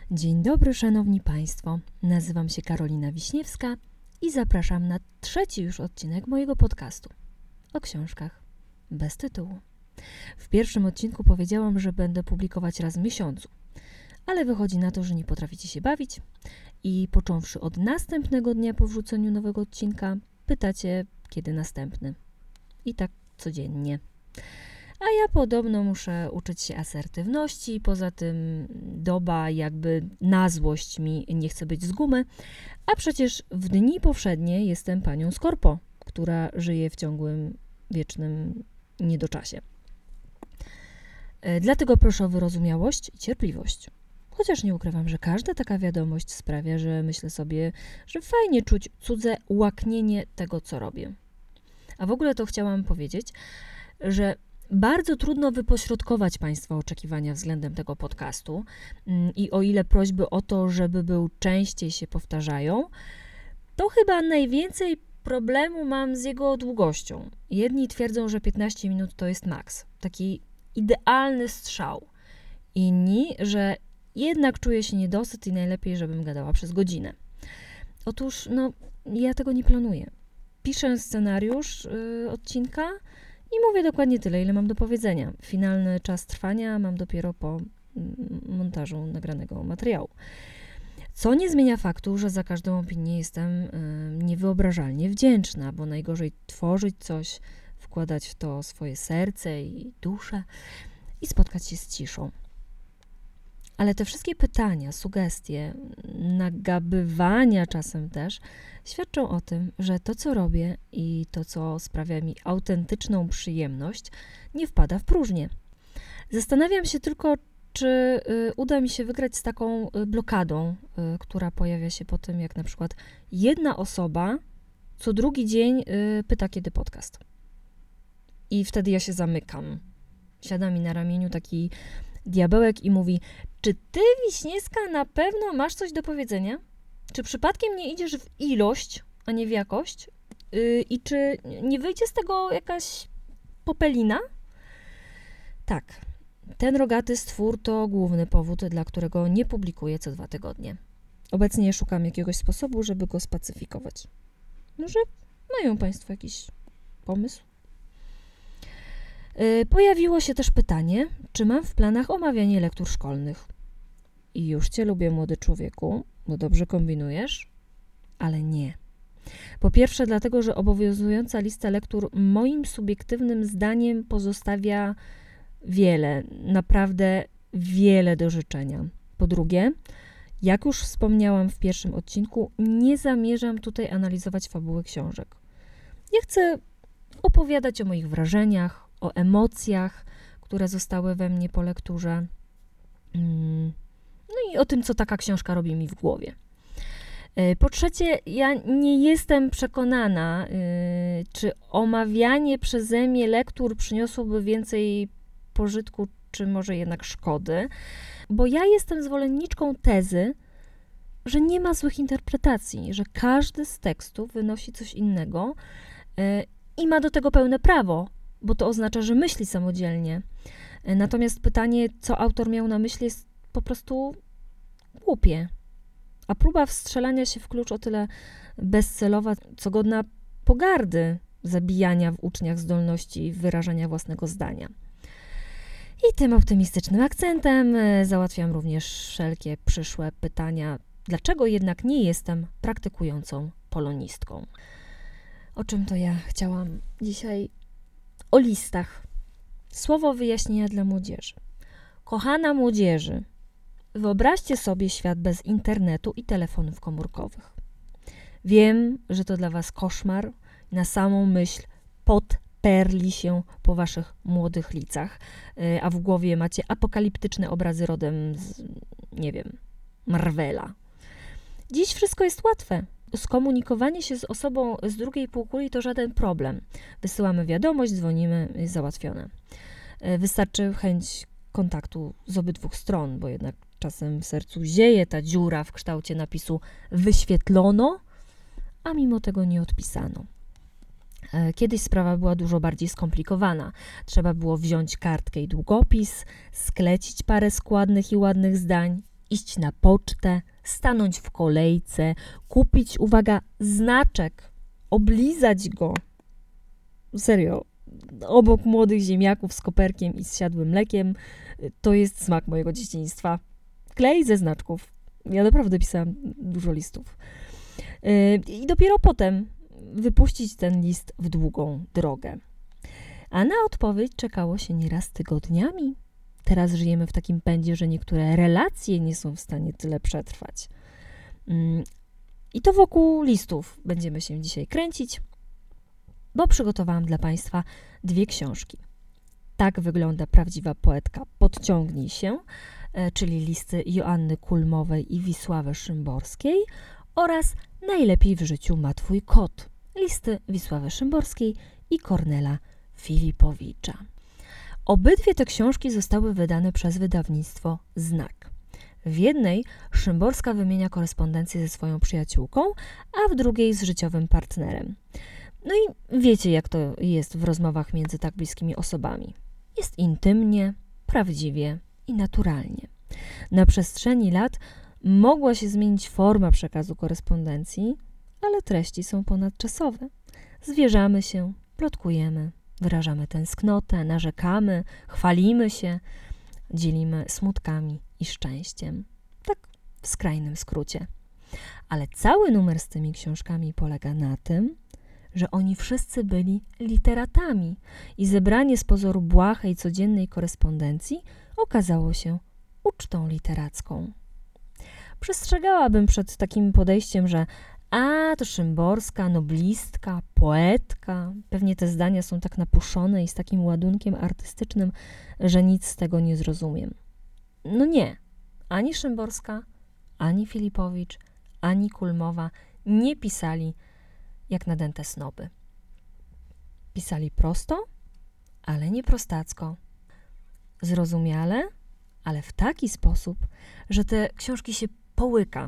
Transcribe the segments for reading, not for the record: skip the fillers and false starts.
Dzień dobry, szanowni państwo. Nazywam się Karolina Wiśniewska i zapraszam na 3. już odcinek mojego podcastu o książkach bez tytułu. W pierwszym odcinku powiedziałam, że będę publikować raz w miesiącu, ale wychodzi na to, że nie potraficie się bawić i począwszy od następnego dnia po wrzuceniu nowego odcinka, pytacie, kiedy następny. I tak codziennie. A ja podobno muszę uczyć się asertywności, poza tym doba jakby na złość mi nie chce być z gumy, a przecież w dni powszednie jestem panią Skorpo, która żyje w ciągłym, wiecznym niedoczasie. Dlatego proszę o wyrozumiałość i cierpliwość. Chociaż nie ukrywam, że każda taka wiadomość sprawia, że myślę sobie, że fajnie czuć cudze łaknienie tego, co robię. A w ogóle to chciałam powiedzieć, że bardzo trudno wypośrodkować Państwa oczekiwania względem tego podcastu i o ile prośby o to, żeby był częściej się powtarzają, to chyba najwięcej problemu mam z jego długością. Jedni twierdzą, że 15 minut to jest maks, taki idealny strzał. Inni, że jednak czuję się niedosyt i najlepiej, żebym gadała przez godzinę. Otóż, ja tego nie planuję. Piszę scenariusz odcinka i mówię dokładnie tyle, ile mam do powiedzenia. Finalny czas trwania mam dopiero po montażu nagranego materiału. Co nie zmienia faktu, że za każdą opinię jestem niewyobrażalnie wdzięczna, bo najgorzej tworzyć coś, wkładać w to swoje serce i duszę i spotkać się z ciszą. Ale te wszystkie pytania, sugestie, nagabywania czasem też świadczą o tym, że to, co robię i to, co sprawia mi autentyczną przyjemność, nie wpada w próżnię. Zastanawiam się tylko, czy uda mi się wygrać z taką blokadą, która pojawia się po tym, jak na przykład jedna osoba co drugi dzień pyta, kiedy podcast. I wtedy ja się zamykam. Siada mi na ramieniu taki diabełek i mówi: czy ty, Wiśniewska, na pewno masz coś do powiedzenia? Czy przypadkiem nie idziesz w ilość, a nie w jakość? I czy nie wyjdzie z tego jakaś popelina? Tak, ten rogaty stwór to główny powód, dla którego nie publikuję co 2 tygodnie. Obecnie szukam jakiegoś sposobu, żeby go spacyfikować. Może mają Państwo jakiś pomysł? Pojawiło się też pytanie, czy mam w planach omawianie lektur szkolnych. I już Cię lubię, młody człowieku, bo dobrze kombinujesz, ale nie. Po pierwsze dlatego, że obowiązująca lista lektur moim subiektywnym zdaniem pozostawia wiele, naprawdę wiele do życzenia. Po drugie, jak już wspomniałam w pierwszym odcinku, nie zamierzam tutaj analizować fabuły książek. Ja chcę opowiadać o moich wrażeniach, o emocjach, które zostały we mnie po lekturze. No i o tym, co taka książka robi mi w głowie. Po trzecie, ja nie jestem przekonana, czy omawianie przeze mnie lektur przyniosłoby więcej pożytku, czy może jednak szkody, bo ja jestem zwolenniczką tezy, że nie ma złych interpretacji, że każdy z tekstów wynosi coś innego i ma do tego pełne prawo, bo to oznacza, że myśli samodzielnie. Natomiast pytanie, co autor miał na myśli, jest po prostu głupie. A próba wstrzelania się w klucz o tyle bezcelowa, co godna pogardy, zabijania w uczniach zdolności wyrażania własnego zdania. I tym optymistycznym akcentem załatwiam również wszelkie przyszłe pytania, dlaczego jednak nie jestem praktykującą polonistką. O czym to ja chciałam dzisiaj? O listach. Słowo wyjaśnienia dla młodzieży. Kochana młodzieży, wyobraźcie sobie świat bez internetu i telefonów komórkowych. Wiem, że to dla was koszmar. Na samą myśl podperli się po waszych młodych licach, a w głowie macie apokaliptyczne obrazy rodem z, Marvela. Dziś wszystko jest łatwe. Skomunikowanie się z osobą z drugiej półkuli to żaden problem. Wysyłamy wiadomość, dzwonimy, jest załatwione. Wystarczy chęć kontaktu z obydwu stron, bo jednak czasem w sercu zieje ta dziura w kształcie napisu wyświetlono, a mimo tego nie odpisano. Kiedyś sprawa była dużo bardziej skomplikowana. Trzeba było wziąć kartkę i długopis, sklecić parę składnych i ładnych zdań iść na pocztę, stanąć w kolejce, kupić, uwaga, znaczek, oblizać go. Serio, obok młodych ziemniaków z koperkiem i zsiadłym mlekiem, to jest smak mojego dzieciństwa. Klej ze znaczków. Ja naprawdę pisałam dużo listów. I dopiero potem wypuścić ten list w długą drogę. A na odpowiedź czekało się nieraz tygodniami. Teraz żyjemy w takim pędzie, że niektóre relacje nie są w stanie tyle przetrwać. I to wokół listów będziemy się dzisiaj kręcić, bo przygotowałam dla Państwa 2 książki. Tak wygląda prawdziwa poetka Podciągnij się, czyli listy Joanny Kulmowej i Wisławy Szymborskiej oraz Najlepiej w życiu ma twój kot, listy Wisławy Szymborskiej i Kornela Filipowicza. Obydwie te książki zostały wydane przez wydawnictwo Znak. W jednej Szymborska wymienia korespondencję ze swoją przyjaciółką, a w drugiej z życiowym partnerem. No i wiecie, jak to jest w rozmowach między tak bliskimi osobami. Jest intymnie, prawdziwie i naturalnie. Na przestrzeni lat mogła się zmienić forma przekazu korespondencji, ale treści są ponadczasowe. Zwierzamy się, plotkujemy, wyrażamy tęsknotę, narzekamy, chwalimy się, dzielimy smutkami i szczęściem. Tak w skrajnym skrócie. Ale cały numer z tymi książkami polega na tym, że oni wszyscy byli literatami i zebranie z pozoru błahej, codziennej korespondencji okazało się ucztą literacką. Przestrzegałabym przed takim podejściem, że to Szymborska, noblistka, poetka. Pewnie te zdania są tak napuszone i z takim ładunkiem artystycznym, że nic z tego nie zrozumiem. No nie. Ani Szymborska, ani Filipowicz, ani Kulmowa nie pisali jak nadęte snoby. Pisali prosto, ale nie prostacko. Zrozumiale, ale w taki sposób, że te książki się połyka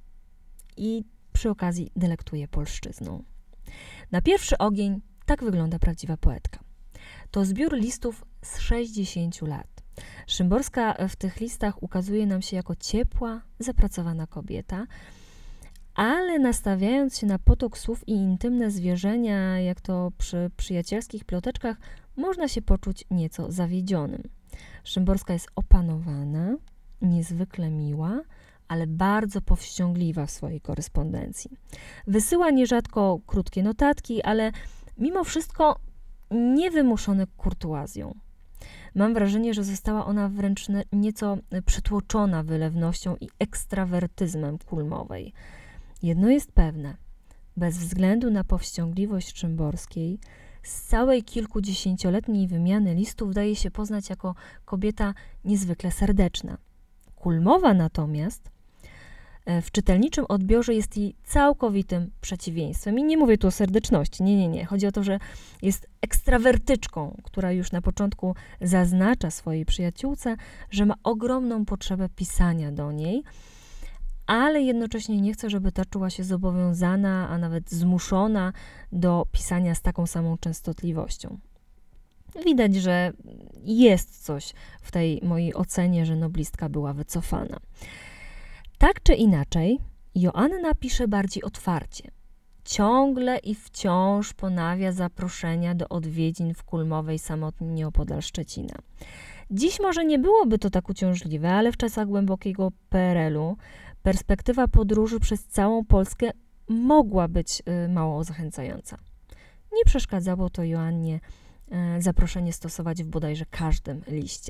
i przy okazji delektuje polszczyzną. Na pierwszy ogień tak wygląda prawdziwa poetka. To zbiór listów z 60 lat. Szymborska w tych listach ukazuje nam się jako ciepła, zapracowana kobieta, ale nastawiając się na potok słów i intymne zwierzenia, jak to przy przyjacielskich ploteczkach, można się poczuć nieco zawiedzionym. Szymborska jest opanowana, niezwykle miła, ale bardzo powściągliwa w swojej korespondencji. Wysyła nierzadko krótkie notatki, ale mimo wszystko niewymuszone kurtuazją. Mam wrażenie, że została ona wręcz nieco przytłoczona wylewnością i ekstrawertyzmem Kulmowej. Jedno jest pewne, bez względu na powściągliwość Szymborskiej, z całej kilkudziesięcioletniej wymiany listów daje się poznać jako kobieta niezwykle serdeczna. Kulmowa natomiast w czytelniczym odbiorze jest jej całkowitym przeciwieństwem. I nie mówię tu o serdeczności, nie. Chodzi o to, że jest ekstrawertyczką, która już na początku zaznacza swojej przyjaciółce, że ma ogromną potrzebę pisania do niej, ale jednocześnie nie chce, żeby ta czuła się zobowiązana, a nawet zmuszona do pisania z taką samą częstotliwością. Widać, że jest coś w tej mojej ocenie, że noblistka była wycofana. Tak czy inaczej, Joanna pisze bardziej otwarcie. Ciągle i wciąż ponawia zaproszenia do odwiedzin w Kulmowej samotnie nieopodal Szczecina. Dziś może nie byłoby to tak uciążliwe, ale w czasach głębokiego PRL-u perspektywa podróży przez całą Polskę mogła być mało zachęcająca. Nie przeszkadzało to Joannie zaproszenie stosować w bodajże każdym liście.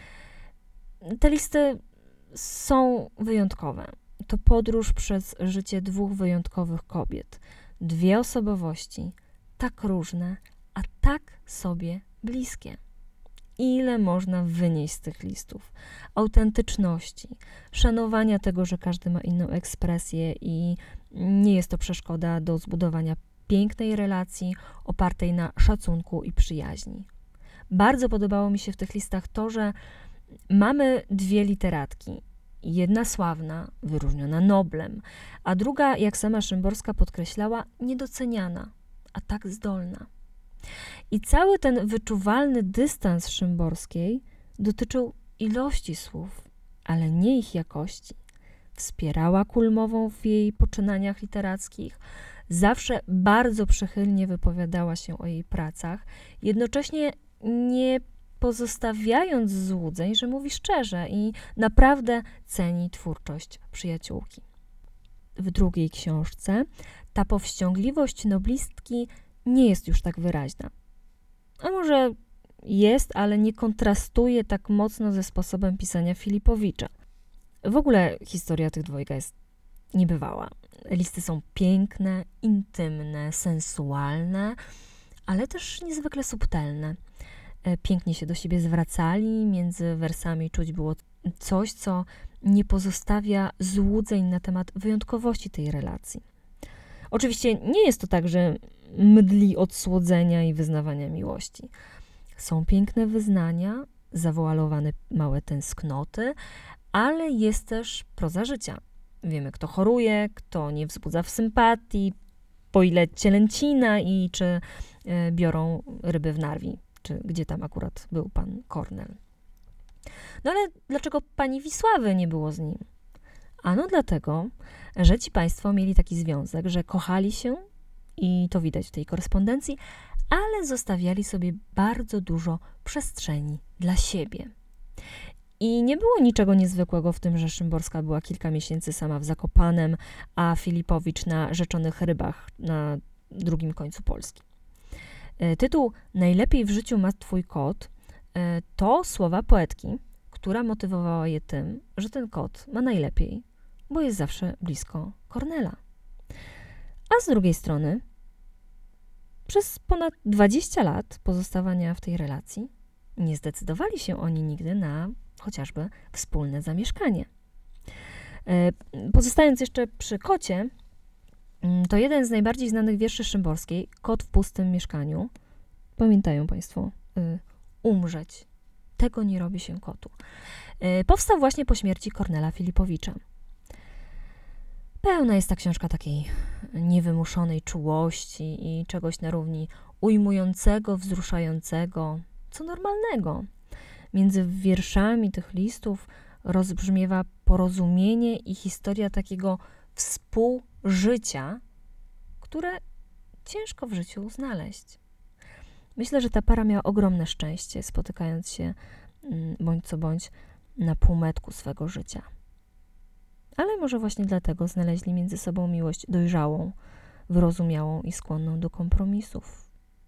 Te listy są wyjątkowe. To podróż przez życie 2 wyjątkowych kobiet. 2 osobowości, tak różne, a tak sobie bliskie. Ile można wynieść z tych listów? Autentyczności, szanowania tego, że każdy ma inną ekspresję i nie jest to przeszkoda do zbudowania pięknej relacji opartej na szacunku i przyjaźni. Bardzo podobało mi się w tych listach to, że mamy 2 literatki. Jedna sławna, wyróżniona Noblem, a druga, jak sama Szymborska podkreślała, niedoceniana, a tak zdolna. I cały ten wyczuwalny dystans Szymborskiej dotyczył ilości słów, ale nie ich jakości. Wspierała Kulmową w jej poczynaniach literackich, zawsze bardzo przychylnie wypowiadała się o jej pracach, jednocześnie nie pozostawiając złudzeń, że mówi szczerze i naprawdę ceni twórczość przyjaciółki. W drugiej książce ta powściągliwość noblistki nie jest już tak wyraźna. A może jest, ale nie kontrastuje tak mocno ze sposobem pisania Filipowicza. W ogóle historia tych dwojga jest niebywała. Listy są piękne, intymne, sensualne, ale też niezwykle subtelne. Pięknie się do siebie zwracali, między wersami czuć było coś, co nie pozostawia złudzeń na temat wyjątkowości tej relacji. Oczywiście nie jest to tak, że mdli od słodzenia i wyznawania miłości. Są piękne wyznania, zawoalowane małe tęsknoty, ale jest też proza życia. Wiemy, kto choruje, kto nie wzbudza w sympatii, po ile cielęcina i czy biorą ryby w Narwi, czy gdzie tam akurat był pan Kornel. No ale dlaczego pani Wisławy nie było z nim? Ano dlatego, że ci państwo mieli taki związek, że kochali się i to widać w tej korespondencji, ale zostawiali sobie bardzo dużo przestrzeni dla siebie. I nie było niczego niezwykłego w tym, że Szymborska była kilka miesięcy sama w Zakopanem, a Filipowicz na rzeczonych rybach na drugim końcu Polski. Tytuł Najlepiej w życiu ma twój kot to słowa poetki, która motywowała je tym, że ten kot ma najlepiej, bo jest zawsze blisko Kornela. A z drugiej strony, przez ponad 20 lat pozostawania w tej relacji nie zdecydowali się oni nigdy na chociażby wspólne zamieszkanie. Pozostając jeszcze przy kocie, to jeden z najbardziej znanych wierszy Szymborskiej, Kot w pustym mieszkaniu. Pamiętają Państwo, umrzeć. Tego nie robi się kotu. Powstał właśnie po śmierci Kornela Filipowicza. Pełna jest ta książka takiej niewymuszonej czułości i czegoś na równi ujmującego, wzruszającego, co normalnego. Między wierszami tych listów rozbrzmiewa porozumienie i historia takiego współżycia, które ciężko w życiu znaleźć. Myślę, że ta para miała ogromne szczęście, spotykając się bądź co bądź na półmetku swego życia. Ale może właśnie dlatego znaleźli między sobą miłość dojrzałą, wyrozumiałą i skłonną do kompromisów.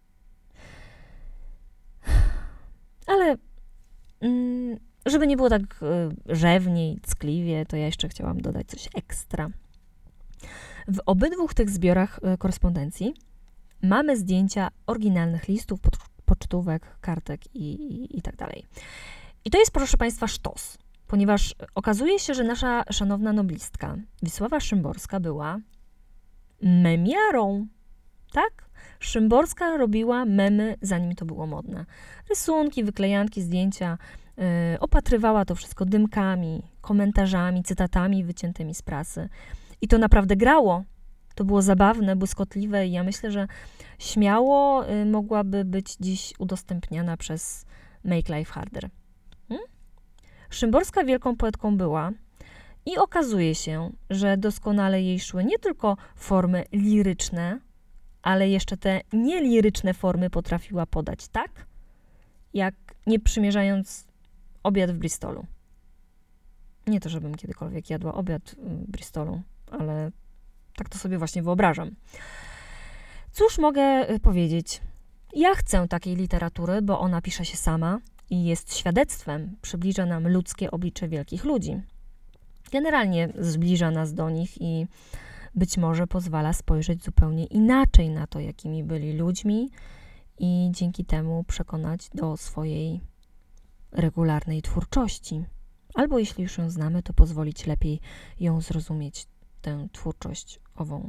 Ale żeby nie było tak rzewnie i ckliwie, to ja jeszcze chciałam dodać coś ekstra. W obydwu tych zbiorach korespondencji mamy zdjęcia oryginalnych listów, pocztówek, kartek i tak dalej. I to jest, proszę Państwa, sztos, ponieważ okazuje się, że nasza szanowna noblistka Wisława Szymborska była memiarą, tak? Szymborska robiła memy, zanim to było modne. Rysunki, wyklejanki, zdjęcia, opatrywała to wszystko dymkami, komentarzami, cytatami wyciętymi z prasy. I to naprawdę grało. To było zabawne, błyskotliwe i ja myślę, że śmiało mogłaby być dziś udostępniana przez Make Life Harder. Szymborska wielką poetką była i okazuje się, że doskonale jej szły nie tylko formy liryczne, ale jeszcze te nieliryczne formy potrafiła podać tak, jak nie przymierzając obiad w Bristolu. Nie to, żebym kiedykolwiek jadła obiad w Bristolu, ale tak to sobie właśnie wyobrażam. Cóż mogę powiedzieć? Ja chcę takiej literatury, bo ona pisze się sama i jest świadectwem, przybliża nam ludzkie oblicze wielkich ludzi. Generalnie zbliża nas do nich i być może pozwala spojrzeć zupełnie inaczej na to, jakimi byli ludźmi i dzięki temu przekonać do swojej regularnej twórczości. Albo jeśli już ją znamy, to pozwolić lepiej ją zrozumieć, tę twórczość ową.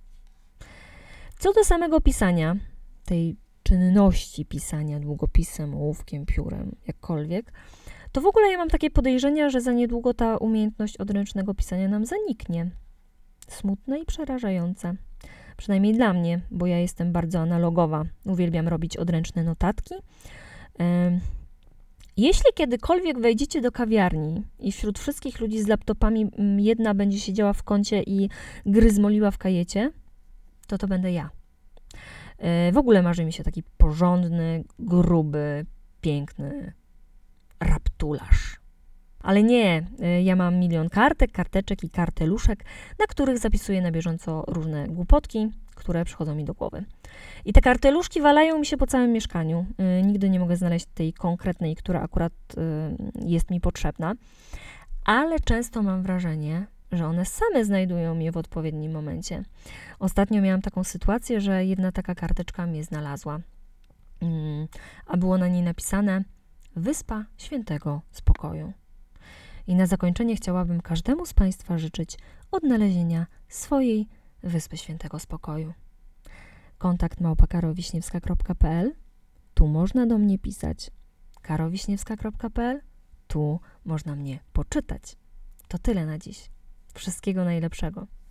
Co do samego pisania, tej czynności pisania długopisem, ołówkiem, piórem, jakkolwiek, to w ogóle ja mam takie podejrzenia, że za niedługo ta umiejętność odręcznego pisania nam zaniknie. Smutne i przerażające. Przynajmniej dla mnie, bo ja jestem bardzo analogowa. Uwielbiam robić odręczne notatki Jeśli kiedykolwiek wejdziecie do kawiarni i wśród wszystkich ludzi z laptopami jedna będzie siedziała w kącie i gryzmoliła w kajecie, to będę ja. W ogóle marzy mi się taki porządny, gruby, piękny raptularz. Ale nie, ja mam milion kartek, karteczek i karteluszek, na których zapisuję na bieżąco różne głupotki, które przychodzą mi do głowy. I te karteluszki walają mi się po całym mieszkaniu. Nigdy nie mogę znaleźć tej konkretnej, która akurat jest mi potrzebna, ale często mam wrażenie, że one same znajdują mnie w odpowiednim momencie. Ostatnio miałam taką sytuację, że jedna taka karteczka mnie znalazła, a było na niej napisane Wyspa Świętego Spokoju. I na zakończenie chciałabym każdemu z Państwa życzyć odnalezienia swojej Wyspy Świętego Spokoju. Kontakt @karowiśniewska.pl. Tu można do mnie pisać. karowiśniewska.pl. Tu można mnie poczytać. To tyle na dziś. Wszystkiego najlepszego.